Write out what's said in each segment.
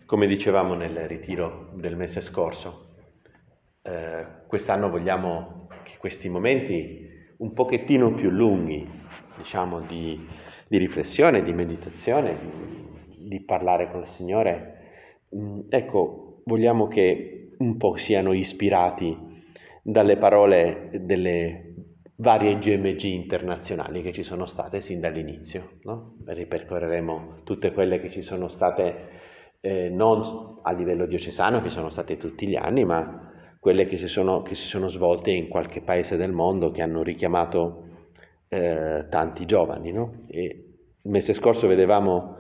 Come dicevamo nel ritiro del mese scorso, quest'anno vogliamo che questi momenti un pochettino più lunghi, diciamo, di riflessione, di meditazione, di parlare con il Signore, ecco, vogliamo che un po' siano ispirati dalle parole delle varie GMG internazionali che ci sono state sin dall'inizio, no? Ripercorreremo tutte quelle che ci sono state non a livello diocesano, che sono state tutti gli anni, ma quelle che si sono svolte in qualche paese del mondo, che hanno richiamato tanti giovani, no? E il mese scorso vedevamo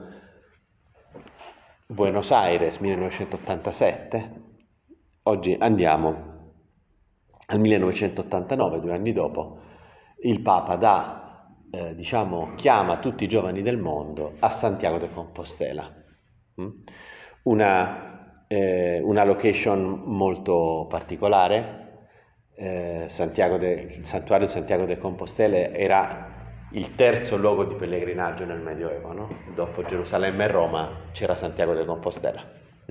Buenos Aires 1987, oggi andiamo al 1989, 2 anni dopo, il Papa chiama tutti i giovani del mondo a Santiago de Compostela. Una location molto particolare. Il santuario di Santiago de Compostela era il terzo luogo di pellegrinaggio nel Medioevo, no? Dopo Gerusalemme e Roma c'era Santiago de Compostela.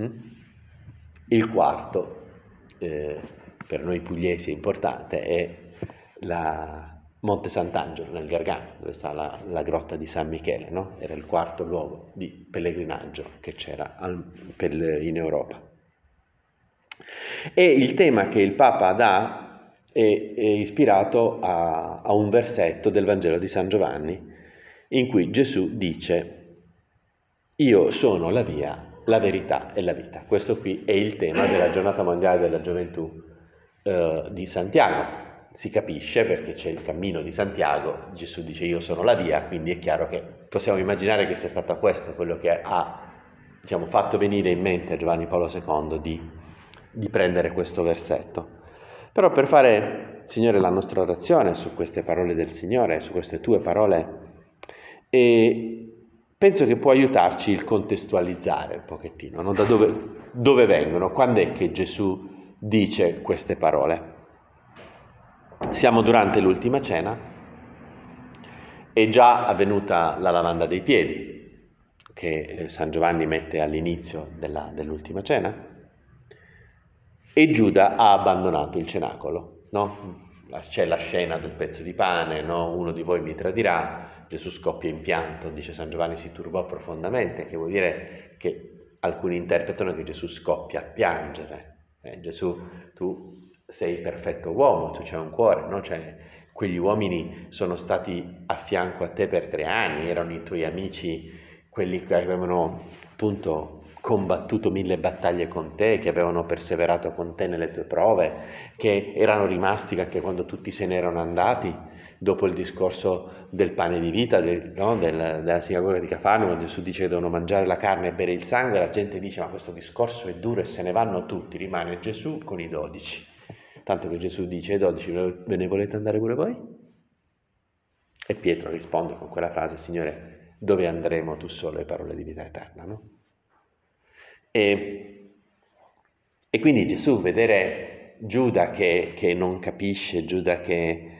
Il quarto, per noi pugliesi è importante, è la Monte Sant'Angelo nel Gargano, dove sta la grotta di San Michele, no? Era il quarto luogo di pellegrinaggio che c'era in Europa. E il tema che il Papa dà è ispirato a un versetto del Vangelo di San Giovanni, in cui Gesù dice: io sono la via, la verità e la vita. Questo qui è il tema della giornata mondiale della gioventù di Santiago. Si capisce perché c'è il cammino di Santiago, Gesù dice io sono la via, quindi è chiaro che possiamo immaginare che sia stato questo quello che ha, diciamo, fatto venire in mente a Giovanni Paolo II di prendere questo versetto. Però per fare, Signore, la nostra orazione su queste parole del Signore, su queste tue parole, penso che può aiutarci il contestualizzare un pochettino, no? Da dove vengono, quando è che Gesù dice queste parole. Siamo durante l'ultima cena, è già avvenuta la lavanda dei piedi, che San Giovanni mette all'inizio dell'ultima cena, e Giuda ha abbandonato il cenacolo, no? C'è la scena del pezzo di pane, no? Uno di voi mi tradirà, Gesù scoppia in pianto, dice San Giovanni si turbò profondamente, che vuol dire che alcuni interpretano che Gesù scoppia a piangere. Gesù, tu sei perfetto uomo, tu c'hai un cuore, no? Cioè, quegli uomini sono stati a fianco a te per 3 anni, erano i tuoi amici, quelli che avevano appunto combattuto 1000 battaglie con te, che avevano perseverato con te nelle tue prove, che erano rimasti anche quando tutti se ne erano andati, dopo il discorso del pane di vita, della sinagoga di Cafarno, quando Gesù dice che devono mangiare la carne e bere il sangue, la gente dice ma questo discorso è duro e se ne vanno tutti, rimane Gesù con i 12. Tanto che Gesù dice ai 12, ve ne volete andare pure voi? E Pietro risponde con quella frase, Signore, dove andremo tu solo le parole di vita eterna, no? E quindi Gesù, vedere Giuda che non capisce, Giuda che,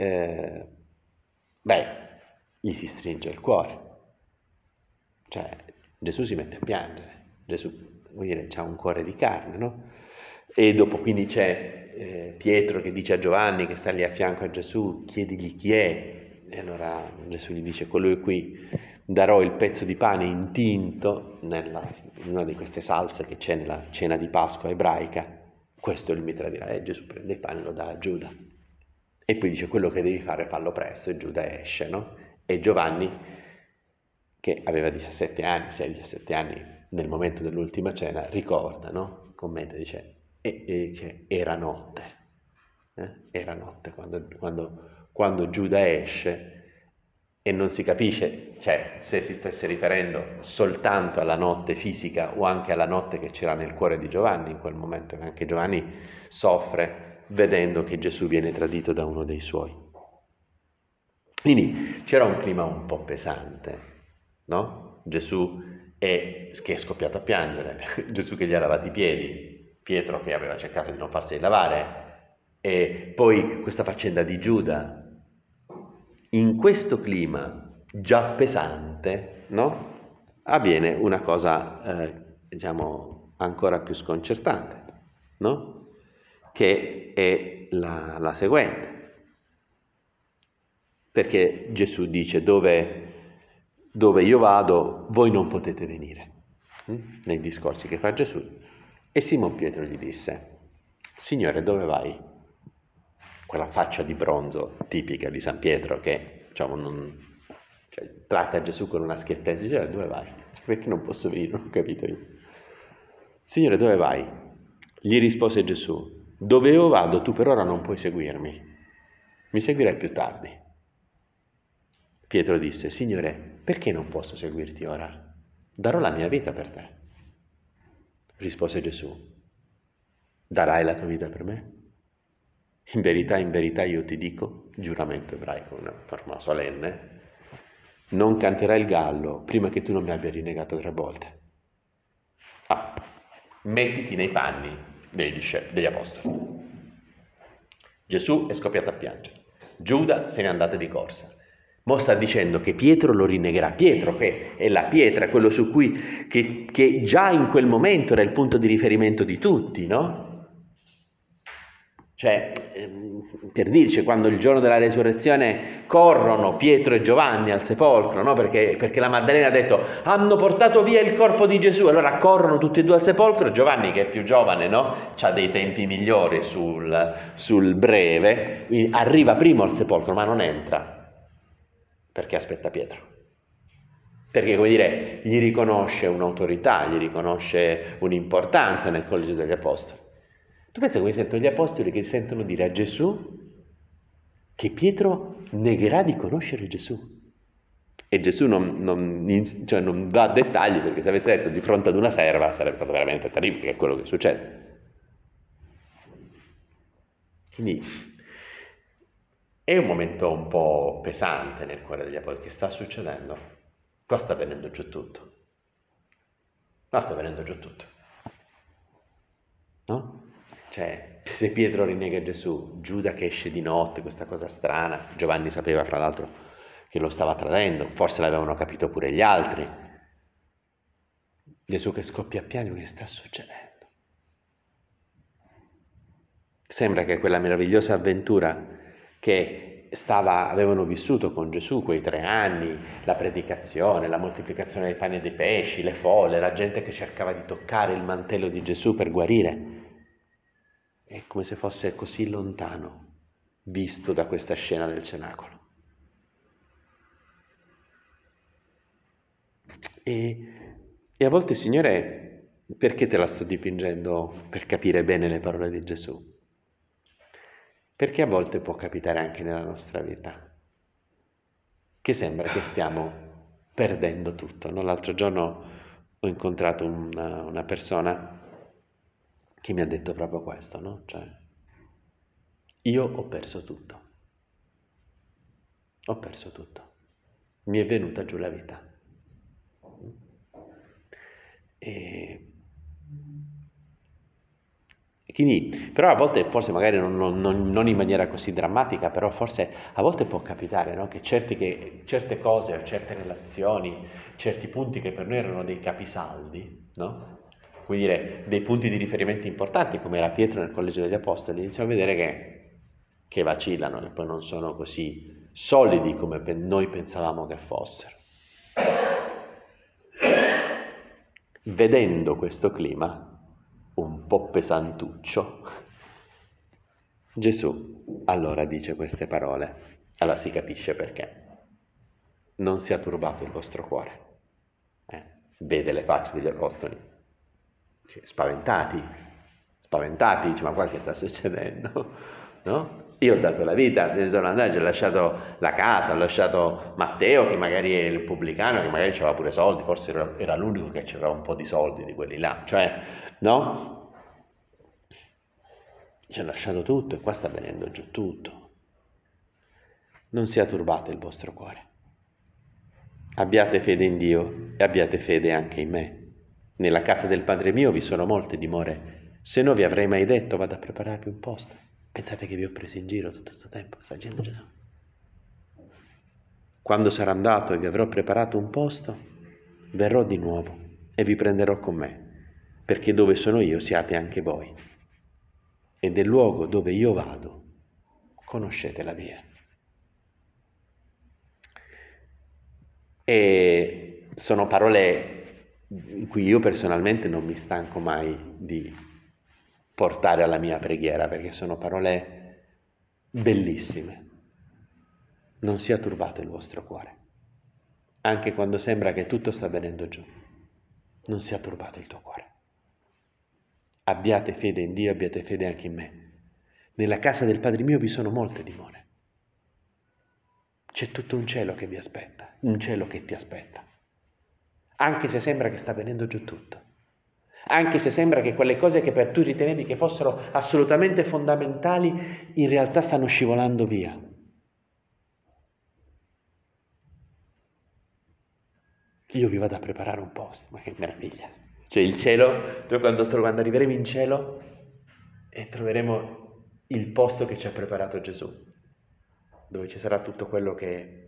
gli si stringe il cuore. Cioè, Gesù si mette a piangere. Gesù, vuol dire, ha un cuore di carne, no? E dopo quindi c'è Pietro che dice a Giovanni, che sta lì a fianco a Gesù, chiedigli chi è. E allora Gesù gli dice, colui qui darò il pezzo di pane intinto in una di queste salse che c'è nella cena di Pasqua ebraica, questo il mi tradirà. E Gesù prende il pane e lo dà a Giuda. E poi dice, quello che devi fare fallo presto, e Giuda esce, no? E Giovanni, che aveva 17 anni, 6-17 anni, nel momento dell'ultima cena, ricorda, no? Commenta, dice, era notte. Era notte quando Giuda esce, e non si capisce, cioè, se si stesse riferendo soltanto alla notte fisica o anche alla notte che c'era nel cuore di Giovanni in quel momento, che anche Giovanni soffre vedendo che Gesù viene tradito da uno dei suoi. Quindi c'era un clima un po' pesante, no? Gesù che è scoppiato a piangere, Gesù che gli ha lavato i piedi, Pietro che aveva cercato di non farsi lavare, e poi questa faccenda di Giuda. In questo clima già pesante, no? Avviene una cosa diciamo, ancora più sconcertante, no? Che è la seguente. Perché Gesù dice dove io vado voi non potete venire, nei discorsi che fa Gesù. E Simon Pietro gli disse, Signore, dove vai? Quella faccia di bronzo tipica di San Pietro che diciamo, tratta Gesù con una schiettezza, dice, dove vai? Perché non posso venire? Non ho capito io. Signore, dove vai? Gli rispose Gesù, dove io vado tu per ora non puoi seguirmi, mi seguirai più tardi. Pietro disse, Signore, perché non posso seguirti ora? Darò la mia vita per te. Rispose Gesù, darai la tua vita per me? In verità io ti dico, giuramento ebraico, una forma solenne, non canterà il gallo prima che tu non mi abbia rinnegato 3 volte. Mettiti nei panni degli apostoli. Gesù è scoppiato a piangere. Giuda se n'è andata di corsa. Mo sta dicendo che Pietro lo rinnegherà. Pietro, che è la pietra, quello su cui, che già in quel momento era il punto di riferimento di tutti, no? Cioè, per dirci, quando il giorno della resurrezione corrono Pietro e Giovanni al sepolcro, no? Perché la Maddalena ha detto, hanno portato via il corpo di Gesù, allora corrono tutti e 2 al sepolcro, Giovanni che è più giovane, no? C'ha dei tempi migliori sul breve, arriva primo al sepolcro ma non entra, perché aspetta Pietro. Perché, come dire, gli riconosce un'autorità, gli riconosce un'importanza nel collegio degli apostoli. Tu pensi come sentono gli apostoli che sentono dire a Gesù che Pietro negherà di conoscere Gesù? E Gesù non dà dettagli, perché se avesse detto di fronte ad una serva sarebbe stato veramente terribile, che è quello che succede. Quindi è un momento un po' pesante nel cuore degli apostoli. Che sta succedendo? Qua sta venendo giù tutto. Qua sta venendo giù tutto. No? Cioè, se Pietro rinnega Gesù, Giuda che esce di notte, questa cosa strana, Giovanni sapeva fra l'altro che lo stava tradendo, forse l'avevano capito pure gli altri. Gesù che scoppia a piangere, che sta succedendo? Sembra che quella meravigliosa avventura che avevano vissuto con Gesù quei 3 anni, la predicazione, la moltiplicazione dei pani e dei pesci, le folle, la gente che cercava di toccare il mantello di Gesù per guarire, è come se fosse così lontano, visto da questa scena del cenacolo. E a volte, Signore, perché te la sto dipingendo per capire bene le parole di Gesù? Perché a volte può capitare anche nella nostra vita che sembra che stiamo perdendo tutto, no? L'altro giorno ho incontrato una persona che mi ha detto proprio questo, no? Cioè, io ho perso tutto. Ho perso tutto. Mi è venuta giù la vita. Quindi, però a volte, forse magari non in maniera così drammatica, però forse a volte può capitare, no? Che certe cose, certe relazioni, certi punti che per noi erano dei capisaldi, no? Come dire, dei punti di riferimento importanti, come era Pietro nel Collegio degli Apostoli, iniziamo a vedere che vacillano, che poi non sono così solidi come noi pensavamo che fossero. Vedendo questo clima un po' pesantuccio, Gesù allora dice queste parole. Allora si capisce perché. Non sia turbato il vostro cuore. Vede le facce degli apostoli, spaventati, dice, ma qua che sta succedendo? No? Io ho dato la vita, me ne sono andato, ho lasciato la casa, ho lasciato Matteo, che magari è il pubblicano, che magari aveva pure soldi, forse era l'unico che aveva un po' di soldi di quelli là, cioè, no? Ci ha lasciato tutto e qua sta venendo giù tutto. Non sia turbato il vostro cuore. Abbiate fede in Dio e abbiate fede anche in me. Nella casa del Padre mio vi sono molte dimore, se no vi avrei mai detto vado a prepararvi un posto. Pensate che vi ho preso in giro tutto questo tempo, sta dicendo Gesù. Quando sarò andato e vi avrò preparato un posto, verrò di nuovo e vi prenderò con me, perché dove sono io siate anche voi, e del luogo dove io vado conoscete la via. E sono parole in cui io personalmente non mi stanco mai di portare alla mia preghiera, perché sono parole bellissime. Non sia turbato il vostro cuore, anche quando sembra che tutto sta venendo giù. Non sia turbato il tuo cuore. Abbiate fede in Dio, abbiate fede anche in me. Nella casa del Padre mio vi sono molte dimore. C'è tutto un cielo che vi aspetta, un cielo che ti aspetta. Anche se sembra che sta venendo giù tutto. Anche se sembra che quelle cose che per tu ritenevi che fossero assolutamente fondamentali, in realtà stanno scivolando via. Io vi vado a preparare un posto, ma che meraviglia. Cioè il cielo, noi quando arriveremo in cielo e troveremo il posto che ci ha preparato Gesù, dove ci sarà tutto quello che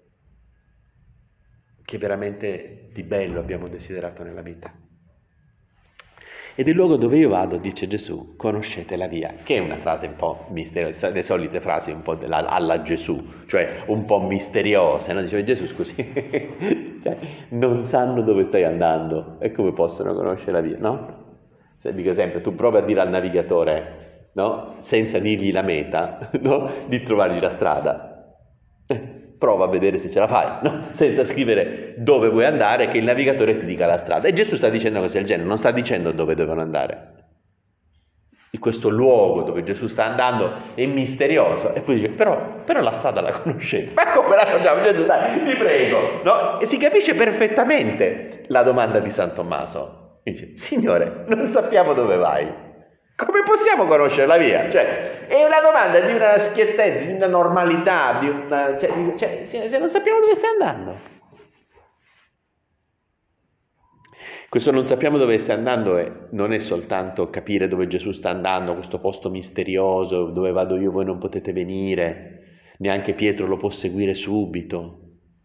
veramente di bello abbiamo desiderato nella vita. Ed il luogo dove io vado, dice Gesù, conoscete la via, che è una frase un po' misteriosa, le solite frasi un po' alla Gesù, cioè un po' misteriose, no? Diceva Gesù, scusi, cioè, non sanno dove stai andando e come possono conoscere la via, no? Se, dico sempre, tu provi a dire al navigatore, no? Senza dirgli la meta, no? Di trovargli la strada. Prova a vedere se ce la fai, no? Senza scrivere dove vuoi andare, che il navigatore ti dica la strada. E Gesù sta dicendo cose del genere, non sta dicendo dove devono andare. In questo luogo dove Gesù sta andando è misterioso, e poi dice, però la strada la conoscete. Ma come la facciamo? Gesù, dai, ti prego, no? E si capisce perfettamente la domanda di San Tommaso. Dice, Signore, non sappiamo dove vai. Come possiamo conoscere la via? Cioè, è una domanda di una schiettezza, di una normalità, di una... Cioè, se non sappiamo dove stai andando. Questo non sappiamo dove stai andando non è soltanto capire dove Gesù sta andando, questo posto misterioso, dove vado io voi non potete venire, neanche Pietro lo può seguire subito.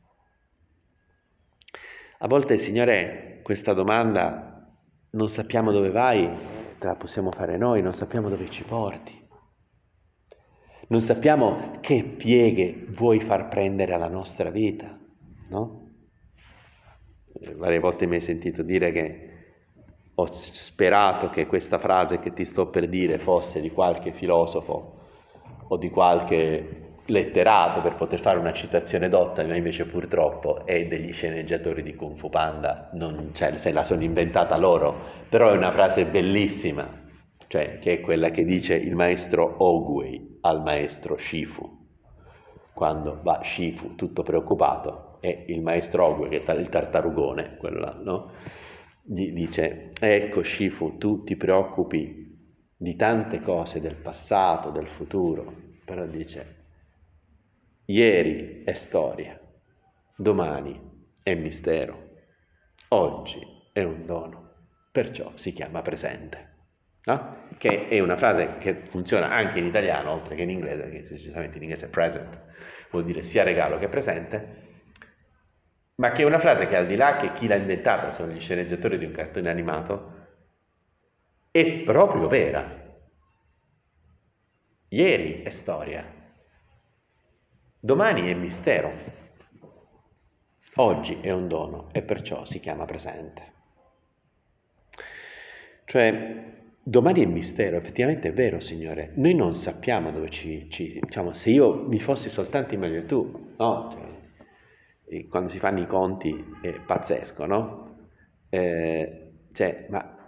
A volte, Signore, questa domanda, non sappiamo dove vai, te la possiamo fare noi, non sappiamo dove ci porti. Non sappiamo che pieghe vuoi far prendere alla nostra vita, no? Varie volte mi hai sentito dire che ho sperato che questa frase che ti sto per dire fosse di qualche filosofo o di qualche letterato per poter fare una citazione dotta, ma invece purtroppo è degli sceneggiatori di Kung Fu Panda, cioè se la sono inventata loro, però è una frase bellissima, cioè che è quella che dice il maestro Oogway al maestro Shifu, quando va Shifu tutto preoccupato e il maestro Oogway, che è il tartarugone, quello là, no? Gli dice, ecco Shifu, tu ti preoccupi di tante cose del passato, del futuro, però dice, ieri è storia, domani è mistero, oggi è un dono, perciò si chiama presente. No? Che è una frase che funziona anche in italiano, oltre che in inglese, che decisamente in inglese è present, vuol dire sia regalo che presente, ma che è una frase che al di là che chi l'ha inventata sono gli sceneggiatori di un cartone animato, è proprio vera. Ieri è storia, domani è mistero, oggi è un dono e perciò si chiama presente. Cioè, domani è mistero, effettivamente è vero, Signore. Noi non sappiamo dove diciamo, se io mi fossi soltanto in meglio tu, no? Cioè, quando si fanno i conti è pazzesco, no? Cioè,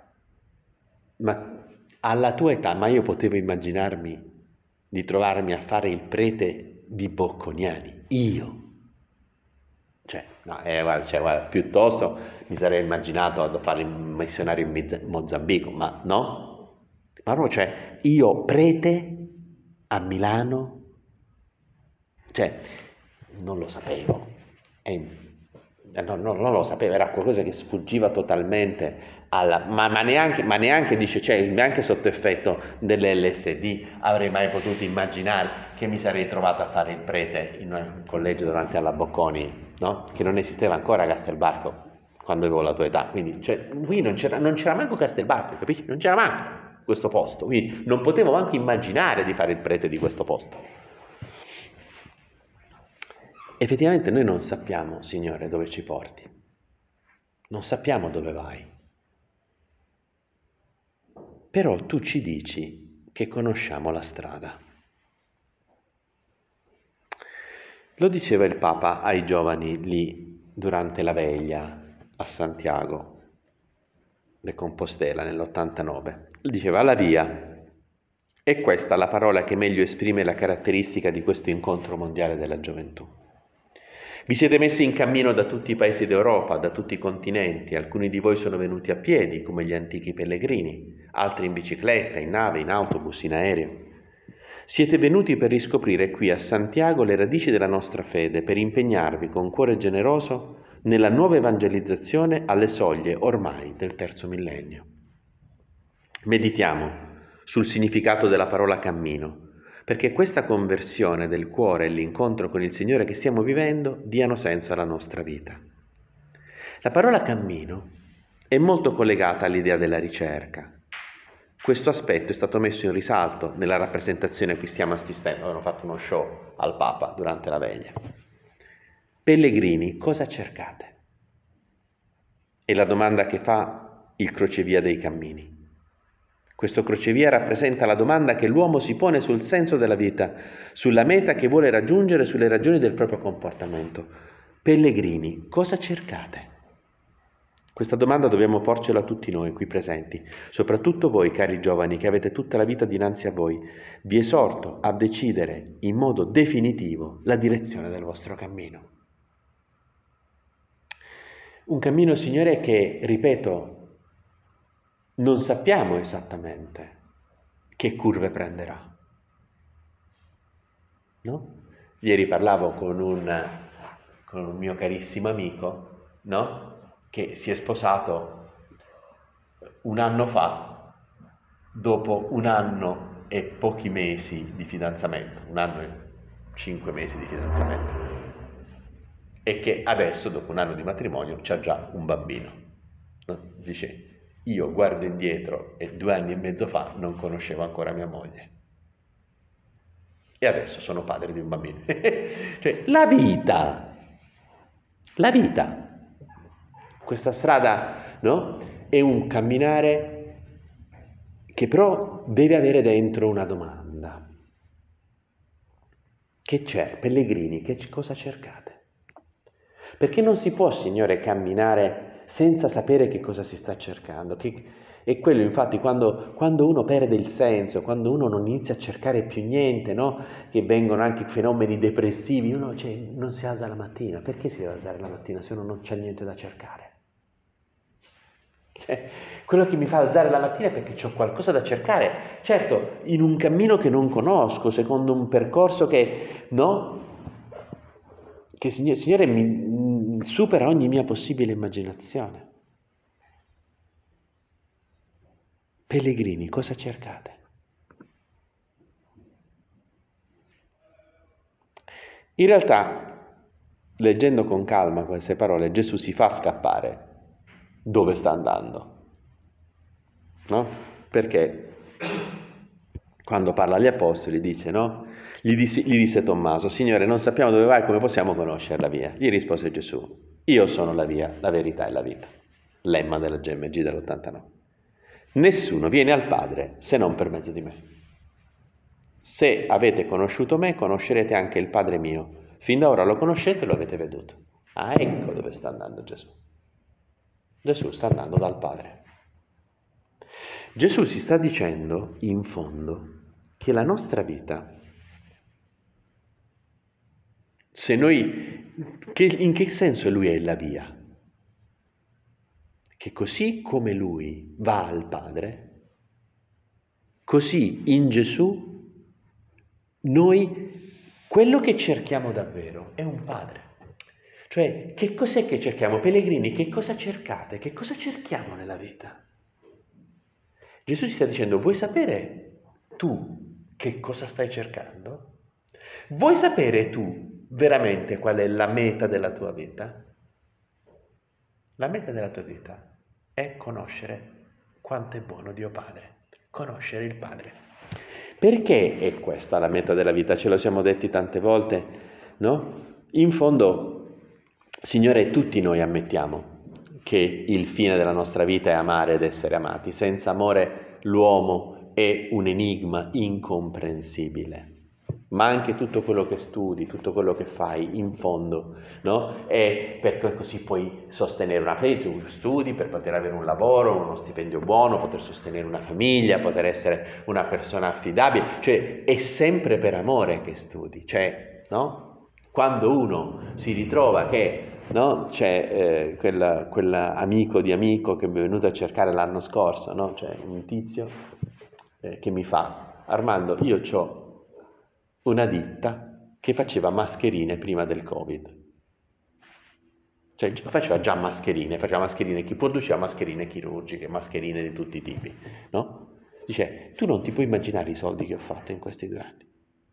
ma alla tua età, ma io potevo immaginarmi di trovarmi a fare il prete di Bocconiani, io. Cioè, no, guarda, piuttosto mi sarei immaginato a fare il missionario in Mozambico, ma no? Ma no, cioè, io prete a Milano, cioè, non lo sapevo, non lo sapevo, era qualcosa che sfuggiva totalmente ma neanche dice, cioè, neanche sotto effetto dell'LSD avrei mai potuto immaginare che mi sarei trovato a fare il prete in un collegio davanti alla Bocconi, no? Che non esisteva ancora Castelbarco, quando avevo la tua età, quindi qui non c'era manco Castelbarco, capisci? Non c'era manco questo posto, quindi non potevo anche immaginare di fare il prete di questo posto. Effettivamente noi non sappiamo, Signore, dove ci porti, non sappiamo dove vai, però tu ci dici che conosciamo la strada. Lo diceva il Papa ai giovani lì durante la veglia a Santiago de Compostela nell'89. Diceva la via, è questa la parola che meglio esprime la caratteristica di questo incontro mondiale della gioventù. Vi siete messi in cammino da tutti i paesi d'Europa, da tutti i continenti, alcuni di voi sono venuti a piedi come gli antichi pellegrini, altri in bicicletta, in nave, in autobus, in aereo. Siete venuti per riscoprire qui a Santiago le radici della nostra fede, per impegnarvi con cuore generoso nella nuova evangelizzazione alle soglie ormai del terzo millennio. Meditiamo sul significato della parola cammino, perché questa conversione del cuore e l'incontro con il Signore che stiamo vivendo diano senso alla nostra vita. La parola cammino è molto collegata all'idea della ricerca. Questo aspetto è stato messo in risalto nella rappresentazione a cui stiamo assistendo. Avevano fatto uno show al Papa durante la veglia. Pellegrini, cosa cercate? È la domanda che fa il crocevia dei cammini. Questo crocevia rappresenta la domanda che l'uomo si pone sul senso della vita, sulla meta che vuole raggiungere, sulle ragioni del proprio comportamento. Pellegrini, cosa cercate? Questa domanda dobbiamo porcela a tutti noi qui presenti, soprattutto voi cari giovani che avete tutta la vita dinanzi a voi. Vi esorto a decidere in modo definitivo la direzione del vostro cammino. Un cammino, Signore, che, ripeto, non sappiamo esattamente che curve prenderà. No? Ieri parlavo con un mio carissimo amico, no? Che si è sposato un anno fa, dopo un anno e pochi mesi di fidanzamento, 1 anno e 5 mesi di fidanzamento, e che adesso, dopo 1 anno di matrimonio, c'ha già un bambino. No? Dice, io guardo indietro e 2 anni e mezzo fa non conoscevo ancora mia moglie. E adesso sono padre di un bambino. Cioè, la vita, questa strada, no? È un camminare che però deve avere dentro una domanda. Che c'è? Pellegrini, cosa cercate? Perché non si può, Signore, camminare senza sapere che cosa si sta cercando. È quello, infatti, quando uno perde il senso, quando uno non inizia a cercare più niente, no? Che vengono anche fenomeni depressivi, uno non si alza la mattina. Perché si deve alzare la mattina se uno non c'è niente da cercare? Quello che mi fa alzare la mattina è perché ho qualcosa da cercare, certo, in un cammino che non conosco, secondo un percorso che, no? Che Signore mi supera ogni mia possibile immaginazione. Pellegrini, cosa cercate? In realtà, leggendo con calma queste parole, Gesù si fa scappare dove sta andando, no? Perché quando parla agli apostoli dice, no? Gli disse Tommaso, Signore, non sappiamo dove vai, come possiamo conoscere la via? Gli rispose Gesù, io sono la via, la verità e la vita. Lemma della GMG dell'89. Nessuno viene al Padre se non per mezzo di me. Se avete conosciuto me, conoscerete anche il Padre mio. Fin da ora lo conoscete e lo avete veduto. Ah, ecco dove sta andando Gesù. Gesù sta andando dal Padre. Gesù si sta dicendo, in fondo, che la nostra vita, in che senso Lui è la via? Che così come Lui va al Padre, così in Gesù noi quello che cerchiamo davvero è un Padre. Cioè, che cos'è che cerchiamo? Pellegrini, che cosa cercate? Che cosa cerchiamo nella vita? Gesù ci sta dicendo, vuoi sapere tu che cosa stai cercando? Vuoi sapere tu veramente qual è la meta della tua vita? La meta della tua vita è conoscere quanto è buono Dio Padre, conoscere il Padre. Perché è questa la meta della vita? Ce lo siamo detti tante volte, no? In fondo, Signore, tutti noi ammettiamo che il fine della nostra vita è amare ed essere amati. Senza amore l'uomo è un enigma incomprensibile. Ma anche tutto quello che studi, tutto quello che fai, in fondo, no? È perché così puoi sostenere una fede, tu studi per poter avere un lavoro, uno stipendio buono, poter sostenere una famiglia, poter essere una persona affidabile, cioè è sempre per amore che studi, cioè, no? Quando uno si ritrova che, no? C'è quell'amico di amico che mi è venuto a cercare l'anno scorso, no? C'è un tizio che mi fa: Armando, io ho una ditta che faceva mascherine prima del Covid. Cioè faceva già mascherine, chi produceva mascherine chirurgiche, mascherine di tutti i tipi, no? Dice, tu non ti puoi immaginare i soldi che ho fatto in questi 2 anni.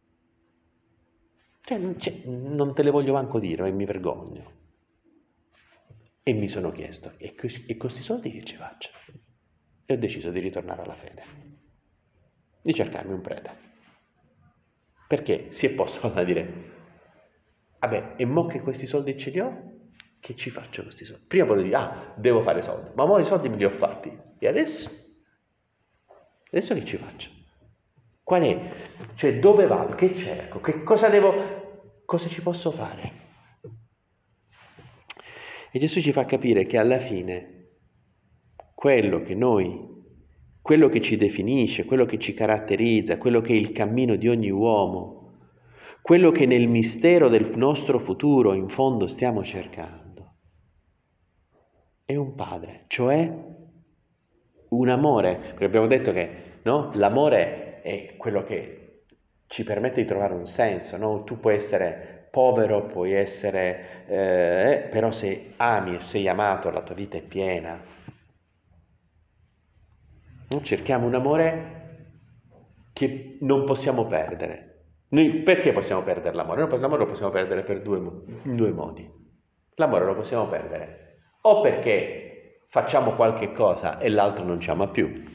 Non te le voglio manco dire, e mi vergogno. E mi sono chiesto, e con questi soldi che ci faccio? E ho deciso di ritornare alla fede, di cercarmi un prete. Perché si è posto a dire, vabbè, e mo che questi soldi ce li ho, che ci faccio con questi soldi? Prima potevo dire, devo fare soldi, ma mo i soldi me li ho fatti, e adesso? Adesso che ci faccio? Qual è? Cioè, dove vado? Che cerco? Cosa ci posso fare? E Gesù ci fa capire che alla fine quello che ci definisce, quello che ci caratterizza, quello che è il cammino di ogni uomo, quello che nel mistero del nostro futuro in fondo stiamo cercando, è un padre, cioè un amore, perché abbiamo detto che, no? L'amore è quello che ci permette di trovare un senso, no? Tu puoi essere povero, puoi essere, però se ami e sei amato la tua vita è piena. Noi cerchiamo un amore che non possiamo perdere. Noi perché possiamo perdere l'amore? L'amore lo possiamo perdere in 2 modi. L'amore lo possiamo perdere o perché facciamo qualche cosa e l'altro non ci ama più,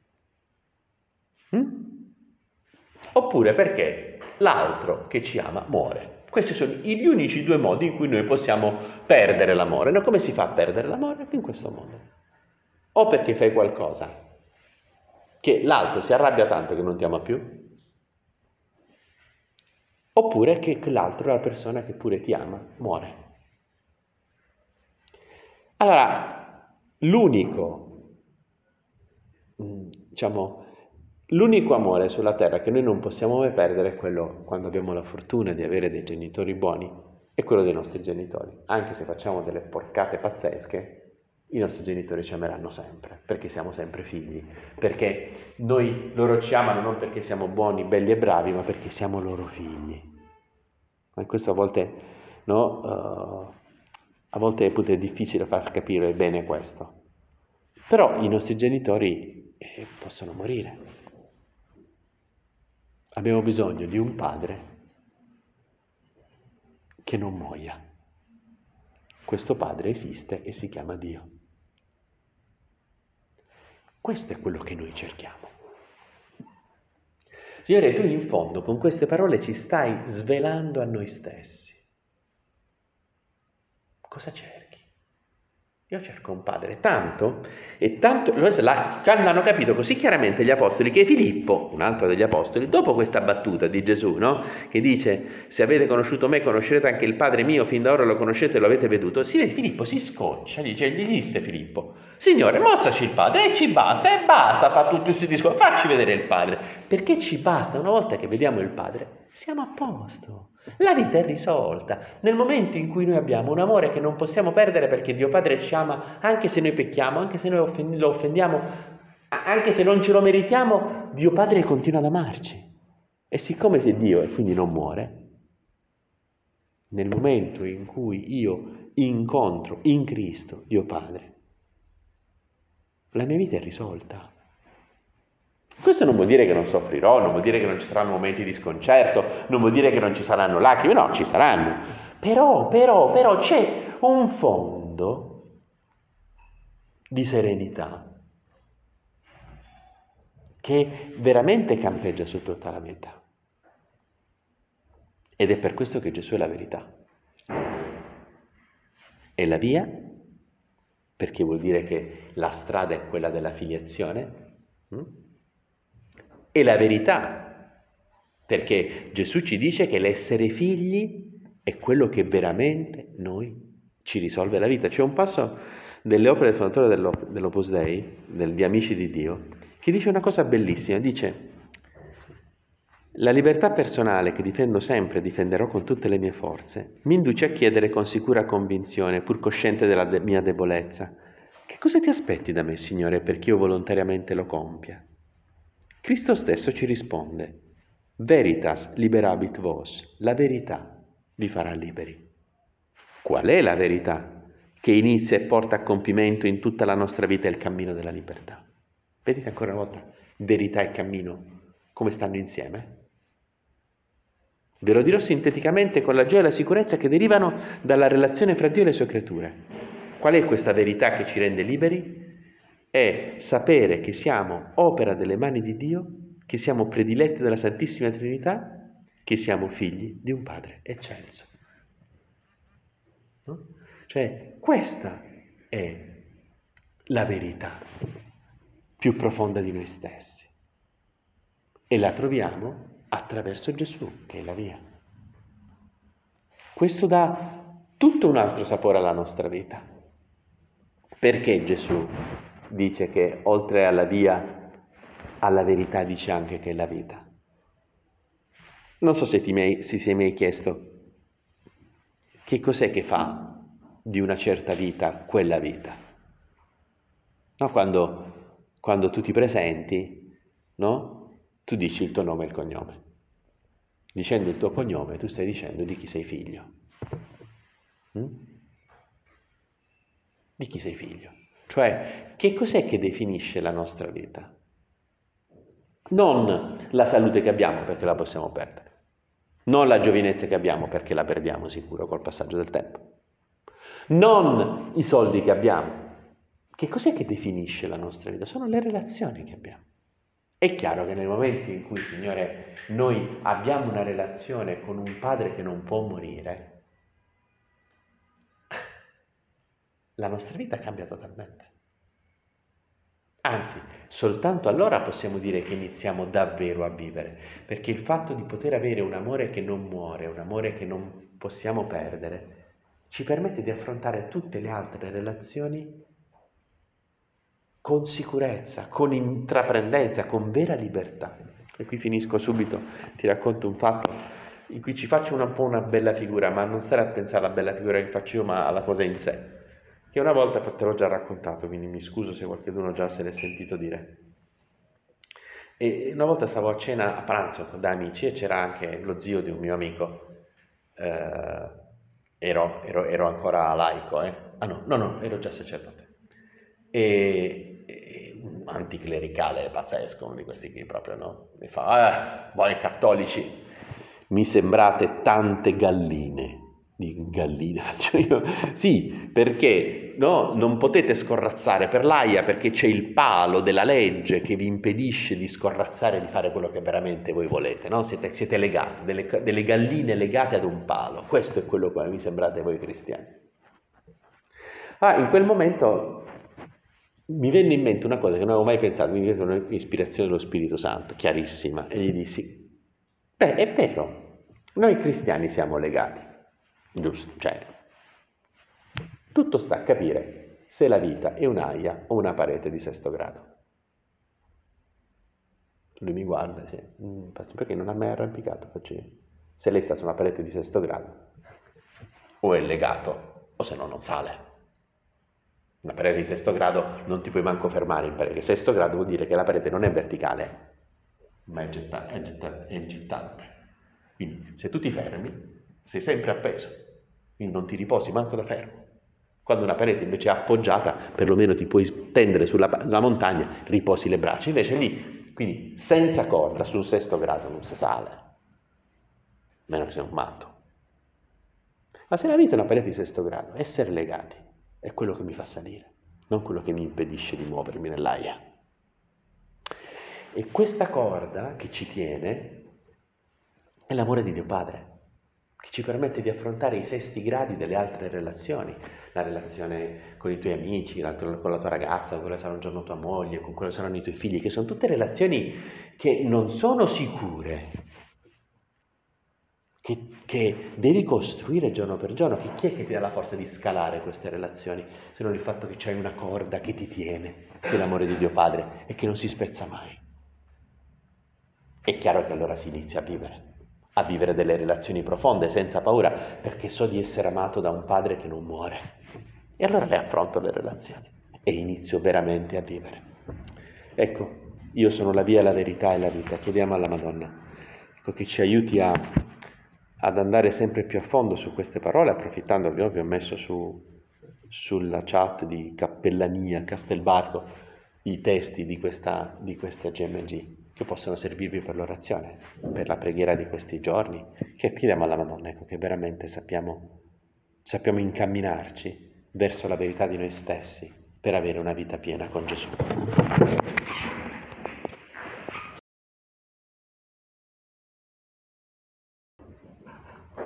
oppure perché l'altro che ci ama muore. Questi sono gli unici 2 modi in cui noi possiamo perdere l'amore. No, come si fa a perdere l'amore? In questo modo. O perché fai qualcosa che l'altro si arrabbia tanto che non ti ama più, oppure che l'altro, la persona che pure ti ama, muore. Allora, l'unico amore sulla terra che noi non possiamo mai perdere è quello, quando abbiamo la fortuna di avere dei genitori buoni, è quello dei nostri genitori. Anche se facciamo delle porcate pazzesche, i nostri genitori ci ameranno sempre, perché siamo sempre figli, perché loro ci amano non perché siamo buoni, belli e bravi, ma perché siamo loro figli. Ma questo a volte, no? A volte è difficile far capire bene questo. Però i nostri genitori possono morire. Abbiamo bisogno di un padre che non muoia. Questo padre esiste e si chiama Dio. Questo è quello che noi cerchiamo. Signore, tu in fondo con queste parole ci stai svelando a noi stessi. Cosa cerchi? Io cerco un padre, tanto, l'hanno capito così chiaramente gli apostoli che Filippo, un altro degli apostoli, dopo questa battuta di Gesù, no? Che dice, se avete conosciuto me, conoscerete anche il Padre mio, fin da ora lo conoscete e lo avete veduto, Filippo si scoccia, gli disse Filippo, Signore, mostraci il Padre, e ci basta, fa tutti questi discorsi, facci vedere il Padre, perché ci basta, una volta che vediamo il Padre, siamo a posto. La vita è risolta. Nel momento in cui noi abbiamo un amore che non possiamo perdere perché Dio Padre ci ama, anche se noi pecchiamo, anche se noi lo offendiamo, anche se non ce lo meritiamo, Dio Padre continua ad amarci. E siccome è Dio e quindi non muore, nel momento in cui io incontro in Cristo Dio Padre, la mia vita è risolta. Questo non vuol dire che non soffrirò, non vuol dire che non ci saranno momenti di sconcerto, non vuol dire che non ci saranno lacrime, no, ci saranno. Però c'è un fondo di serenità, che veramente campeggia su tutta la vita. Ed è per questo che Gesù è la verità. È la via, perché vuol dire che la strada è quella della filiazione, e la verità, perché Gesù ci dice che l'essere figli è quello che veramente noi ci risolve la vita. C'è un passo delle opere del fondatore dell'Opus Dei, di Amici di Dio, che dice una cosa bellissima, dice: la libertà personale che difendo sempre e difenderò con tutte le mie forze mi induce a chiedere con sicura convinzione, pur cosciente della mia debolezza: che cosa ti aspetti da me, Signore, perché io volontariamente lo compia? Cristo stesso ci risponde: veritas liberabit vos, la verità vi farà liberi. Qual è la verità che inizia e porta a compimento in tutta la nostra vita il cammino della libertà? Vedete ancora una volta, verità e cammino, come stanno insieme? Ve lo dirò sinteticamente con la gioia e la sicurezza che derivano dalla relazione fra Dio e le sue creature. Qual è questa verità che ci rende liberi? È sapere che siamo opera delle mani di Dio, che siamo prediletti dalla Santissima Trinità, che siamo figli di un Padre eccelso. No? Cioè, questa è la verità più profonda di noi stessi. E la troviamo attraverso Gesù, che è la via. Questo dà tutto un altro sapore alla nostra vita. Perché Gesù dice che oltre alla via, alla verità, dice anche che è la vita? Non so se ti sei mai chiesto che cos'è che fa di una certa vita quella vita. No? Quando tu ti presenti, no? Tu dici il tuo nome e il cognome. Dicendo il tuo cognome, tu stai dicendo di chi sei figlio. Di chi sei figlio. Cioè, che cos'è che definisce la nostra vita? Non la salute che abbiamo, perché la possiamo perdere. Non la giovinezza che abbiamo, perché la perdiamo sicuro col passaggio del tempo. Non i soldi che abbiamo. Che cos'è che definisce la nostra vita? Sono le relazioni che abbiamo. È chiaro che nel momento in cui, Signore, noi abbiamo una relazione con un Padre che non può morire, la nostra vita cambia totalmente. Anzi, soltanto allora possiamo dire che iniziamo davvero a vivere, perché il fatto di poter avere un amore che non muore, un amore che non possiamo perdere, ci permette di affrontare tutte le altre relazioni con sicurezza, con intraprendenza, con vera libertà. E qui finisco subito, ti racconto un fatto in cui ci faccio un po' una bella figura, ma non stare a pensare alla bella figura che faccio io, ma alla cosa in sé. Che una volta te l'ho già raccontato, quindi mi scuso se qualcuno già se l'è sentito dire. E una volta stavo a cena a pranzo da amici e c'era anche lo zio di un mio amico. Ero ancora laico, Ah no, ero già sacerdote. E un anticlericale pazzesco, uno di questi qui proprio, no? Mi fa, voi cattolici, mi sembrate tante galline. Di galline faccio io. Sì, perché no, non potete scorrazzare per l'AIA perché c'è il palo della legge che vi impedisce di scorrazzare e di fare quello che veramente voi volete, no? Siete legati, delle galline legate ad un palo. Questo è quello che mi sembrate voi cristiani. In quel momento mi venne in mente una cosa che non avevo mai pensato, quindi è un'ispirazione dello Spirito Santo, chiarissima, e gli dissi: beh, è vero, noi cristiani siamo legati, giusto? Cioè, tutto sta a capire se la vita è un'aia o una parete di sesto grado. Lui mi guarda e dice: perché non ha mai arrampicato? Faccio io. Se lei sta su una parete di sesto grado, o è legato, o se no non sale. Una parete di sesto grado non ti puoi manco fermare in parete. Sesto grado vuol dire che la parete non è verticale, ma è gettante. Quindi se tu ti fermi, sei sempre appeso, quindi non ti riposi manco da fermo. Quando una parete invece è appoggiata, perlomeno ti puoi stendere sulla montagna, riposi le braccia. Invece lì, quindi senza corda, sul sesto grado non si sale, a meno che sei un matto. Ma se la vita è una parete di sesto grado, essere legati è quello che mi fa salire. non quello che mi impedisce di muovermi nell'aria. E questa corda che ci tiene è l'amore di Dio Padre, che ci permette di affrontare i sesti gradi delle altre relazioni, la relazione con i tuoi amici, con la tua ragazza, con quella sarà un giorno tua moglie, con quello saranno i tuoi figli, che sono tutte relazioni che non sono sicure, che devi costruire giorno per giorno. Che chi è che ti dà la forza di scalare queste relazioni, se non il fatto che c'hai una corda che ti tiene, che è l'amore di Dio Padre e che non si spezza mai. È chiaro che allora si inizia a vivere delle relazioni profonde senza paura, perché so di essere amato da un padre che non muore. E allora le affronto le relazioni e inizio veramente a vivere. Ecco, io sono la via, la verità e la vita. Chiediamo alla Madonna, ecco, che ci aiuti ad andare sempre più a fondo su queste parole, approfittando che ho messo sulla chat di Cappellania Castelbarco i testi di questa GMG, che possono servirvi per l'orazione, per la preghiera di questi giorni, che chiediamo alla Madonna, ecco, che veramente sappiamo incamminarci verso la verità di noi stessi per avere una vita piena con Gesù.